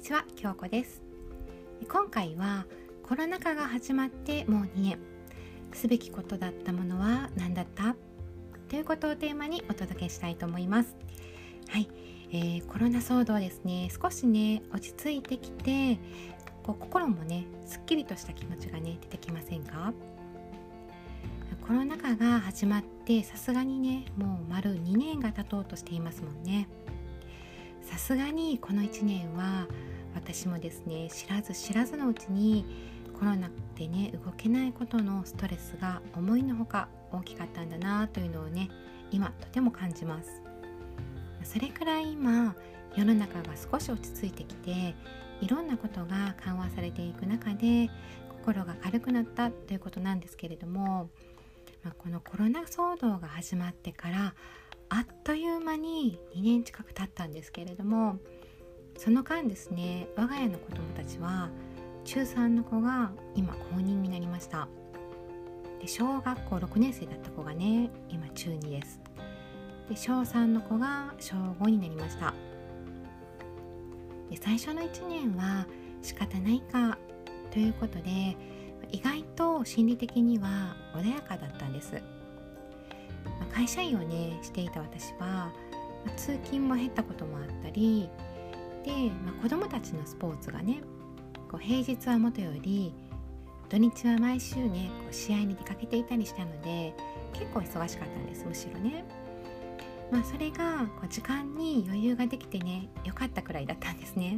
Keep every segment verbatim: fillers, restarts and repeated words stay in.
ちは、京子です。今回はコロナ禍が始まってもうにねん、すべきことだったものは何だったということをテーマにお届けしたいと思います。はい、えー、コロナ騒動ですね、少しね落ち着いてきて、こう心もねすっきりとした気持ちがね出てきませんか？コロナ禍が始まってさすがにねもう丸にねんが経とうとしていますもんね。さすがにこのいちねんは私もですね知らず知らずのうちにコロナでね動けないことのストレスが思いのほか大きかったんだなというのをね今とても感じます。それくらい今世の中が少し落ち着いてきて、いろんなことが緩和されていく中で心が軽くなったということなんですけれども、まあ、このコロナ騒動が始まってからあっという間ににねん近く経ったんですけれども、その間ですね我が家の子供たちはちゅうさんの子が今高にになりました。で小学校ろくねん生だった子がね今ちゅうにです。で小さんの子が小ごになりました。で最初のいちねんは仕方ないかということで意外と心理的には穏やかだったんです。会社員をねしていた私は通勤も減ったこともあったりで、まあ、子どもたちのスポーツがねこう平日はもとより土日は毎週ねこう試合に出かけていたりしたので結構忙しかったんです。むしろね、まあ、それがこう時間に余裕ができてね良かったくらいだったんですね。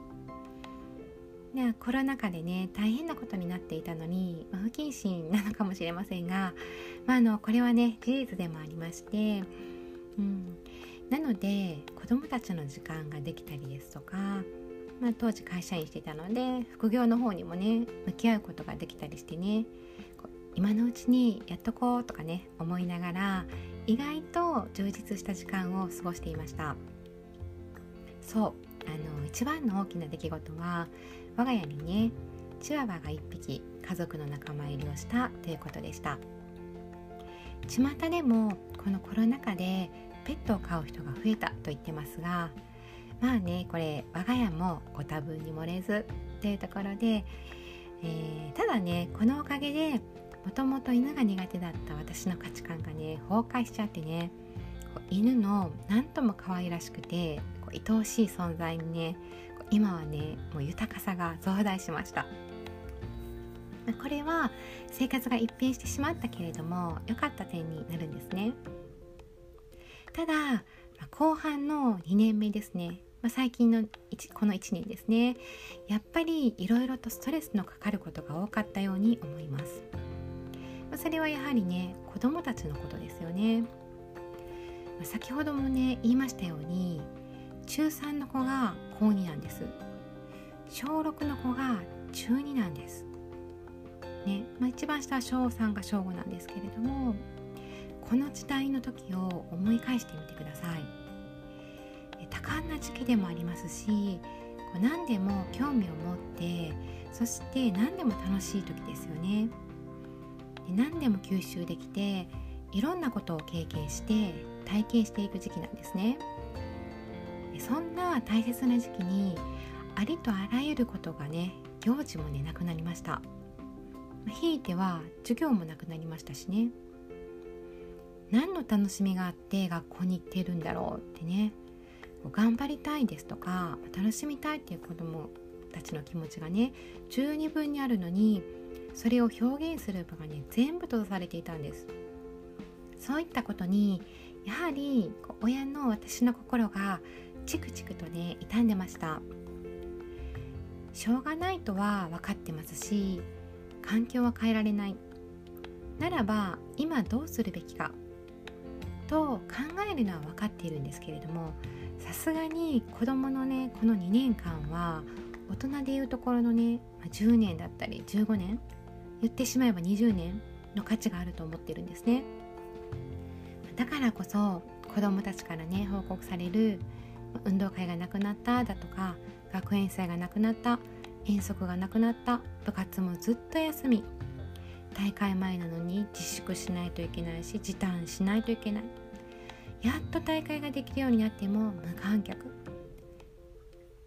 でコロナ禍でね大変なことになっていたのに、まあ、不謹慎なのかもしれませんが、まあ、あのこれはね事実でもありまして、うん、なので子どもたちの時間ができたりですとか、まあ、当時会社員していたので副業の方にもね向き合うことができたりしてね、こう今のうちにやっとこうとかね思いながら意外と充実した時間を過ごしていました。そうあの一番の大きな出来事は我が家にねチワワがいっぴき家族の仲間入りをしたということでした。巷でもこのコロナ禍でペットを飼う人が増えたと言ってますが、まあねこれ我が家もご多分に漏れずというところで、えー、ただねこのおかげでもともと犬が苦手だった私の価値観がね崩壊しちゃってね、こう犬のなんとも可愛らしくてこう愛おしい存在にね今はねもう豊かさが増大しました。これは生活が一変してしまったけれども良かった点になるんですね。ただ後半のにねんめですね、まあ、最近のこのいちねんですね、やっぱりいろいろとストレスのかかることが多かったように思います。まあ、それはやはりね子どもたちのことですよね。まあ、先ほどもね言いましたようにちゅうさんの子が高になんです。小ろくの子がちゅうになんですね。まあ、一番下は小さんが小ごなんですけれども、この時代の時を思い返してみてください。多感な時期でもありますし、こう何でも興味を持ってそして何でも楽しい時ですよね。で何でも吸収できていろんなことを経験して体験していく時期なんですね。そんな大切な時期にありとあらゆることがね行事もねなくなりました。ひいては授業もなくなりましたしね。何の楽しみがあって学校に行っているんだろうってね、頑張りたいですとか楽しみたいっていう子どもたちの気持ちがね十二分にあるのに、それを表現する場がね全部閉ざされていたんです。そういったことにやはり親の私の心がチクチクとね傷んでました。しょうがないとは分かってますし、環境は変えられないならば今どうするべきかと考えるのは分かっているんですけれども、さすがに子どものねこのにねんかんは大人でいうところのねじゅうねんだったりじゅうごねん、言ってしまえばにじゅうねんの価値があると思ってるんですね。だからこそ子どもたちからね報告される運動会がなくなっただとか学園祭がなくなった、遠足がなくなった、部活もずっと休み、大会前なのに自粛しないといけないし時短しないといけない、やっと大会ができるようになっても無観客、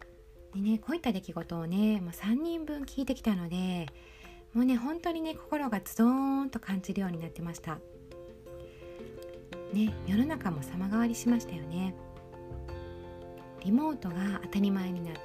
でね、こういった出来事をねもうさんにんぶん聞いてきたので、もうね本当にね心がズドーンと感じるようになってましたね。世の中も様変わりしましたよね。リモートが当たり前になって、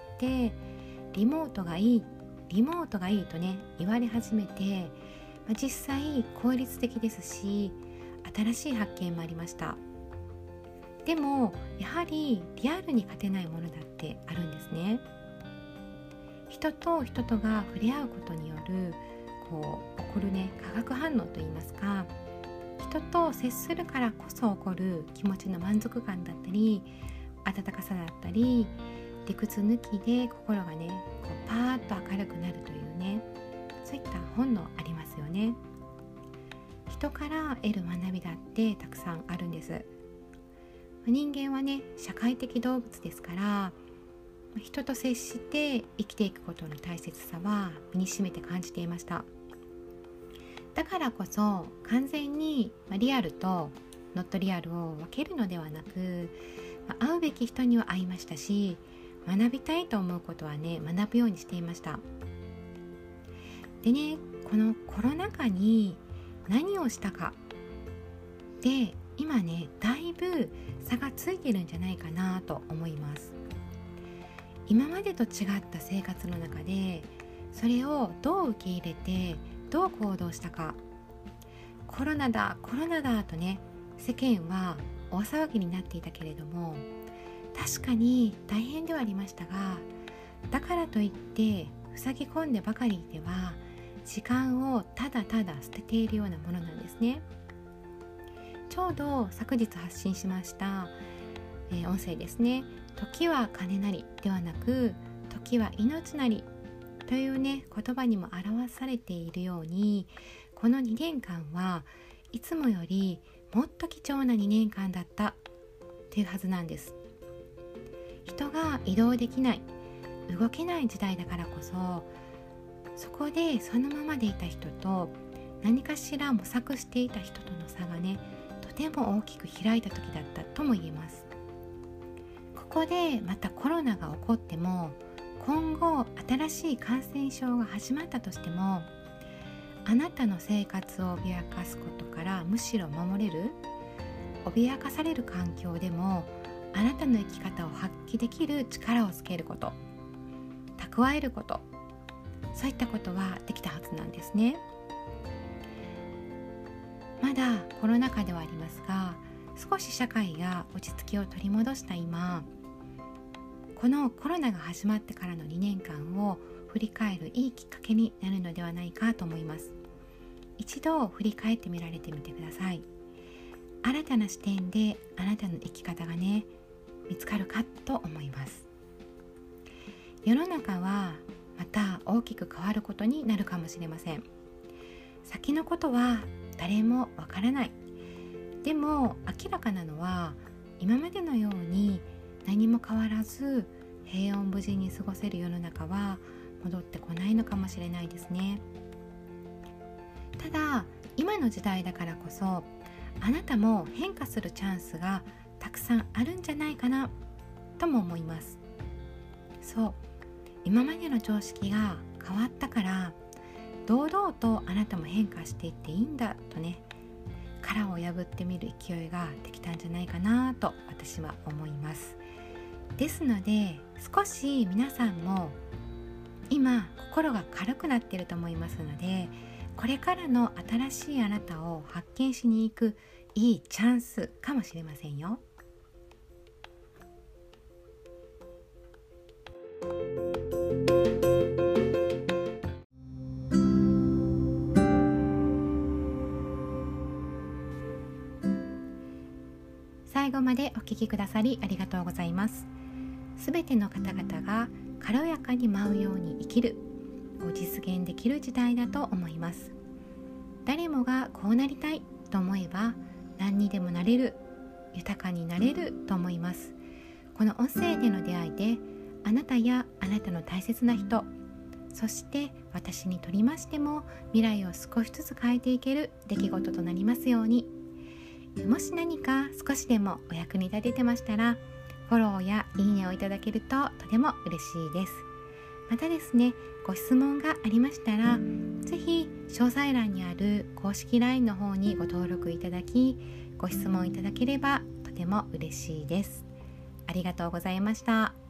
リモートがいいリモートがいいとね言われ始めて、まあ、実際効率的ですし、新しい発見もありました。でもやはりリアルに勝てないものだってあるんですね。人と人とが触れ合うことによるこう起こるね化学反応といいますか、人と接するからこそ起こる気持ちの満足感だったり、温かさだったり、理屈抜きで心がねこうパーッと明るくなるというね、そういった本能ありますよね。人から得る学びだってたくさんあるんです。人間はね社会的動物ですから、人と接して生きていくことの大切さは身にしめて感じていました。だからこそ完全にリアルとノットリアルを分けるのではなく、会うべき人には会いましたし、学びたいと思うことはね学ぶようにしていました。でね、このコロナ禍に何をしたかで今ねだいぶ差がついてるんじゃないかなと思います。今までと違った生活の中でそれをどう受け入れてどう行動したか。コロナだコロナだとね世間は大騒ぎになっていたけれども、確かに大変ではありましたが、だからといって塞ぎ込んでばかりでは時間をただただ捨てているようなものなんですね。ちょうど昨日発信しました、えー、音声ですね。時は金なりではなく時は命なりというね言葉にも表されているように、このにねんかんはいつもよりもっと貴重なにねんかんだったというはずなんです。人が移動できない動けない時代だからこそ、そこでそのままでいた人と何かしら模索していた人との差がねとても大きく開いた時だったとも言えます。ここでまたコロナが起こっても、今後新しい感染症が始まったとしても、あなたの生活を脅かすことからむしろ守れる、脅かされる環境でもあなたの生き方を発揮できる力をつけること、蓄えること、そういったことはできたはずなんですね。まだコロナ禍ではありますが、少し社会が落ち着きを取り戻した今、このコロナが始まってからのにねんかんを振り返るいいきっかけになるのではないかと思います。一度振り返ってみられてみてください。新たな視点であなたの生き方がね見つかるかと思います。世の中はまた大きく変わることになるかもしれません。先のことは誰もわからない。でも明らかなのは、今までのように何も変わらず平穏無事に過ごせる世の中は戻ってこないのかもしれないですね。ただ今の時代だからこそ、あなたも変化するチャンスがたくさんあるんじゃないかなとも思います。そう、今までの常識が変わったから堂々とあなたも変化していっていいんだとね、殻を破ってみる勢いができたんじゃないかなと私は思います。ですので少し皆さんも今心が軽くなっていると思いますので、これからの新しいあなたを発見しに行くいいチャンスかもしれませんよ。最後までお聞きくださりありがとうございます。すべての方々が軽やかに舞うように生きるを実現できる時代だと思います。誰もがこうなりたいと思えば何にでもなれる、豊かになれると思います。この音声での出会いで、あなたやあなたの大切な人、そして私にとりましても未来を少しずつ変えていける出来事となりますように。もし何か少しでもお役に立ててましたら、 フォローやいいねをいただけるととても嬉しいです。またですね、ご質問がありましたら、ぜひ詳細欄にある公式 ライン の方にご登録いただき、ご質問いただければとても嬉しいです。ありがとうございました。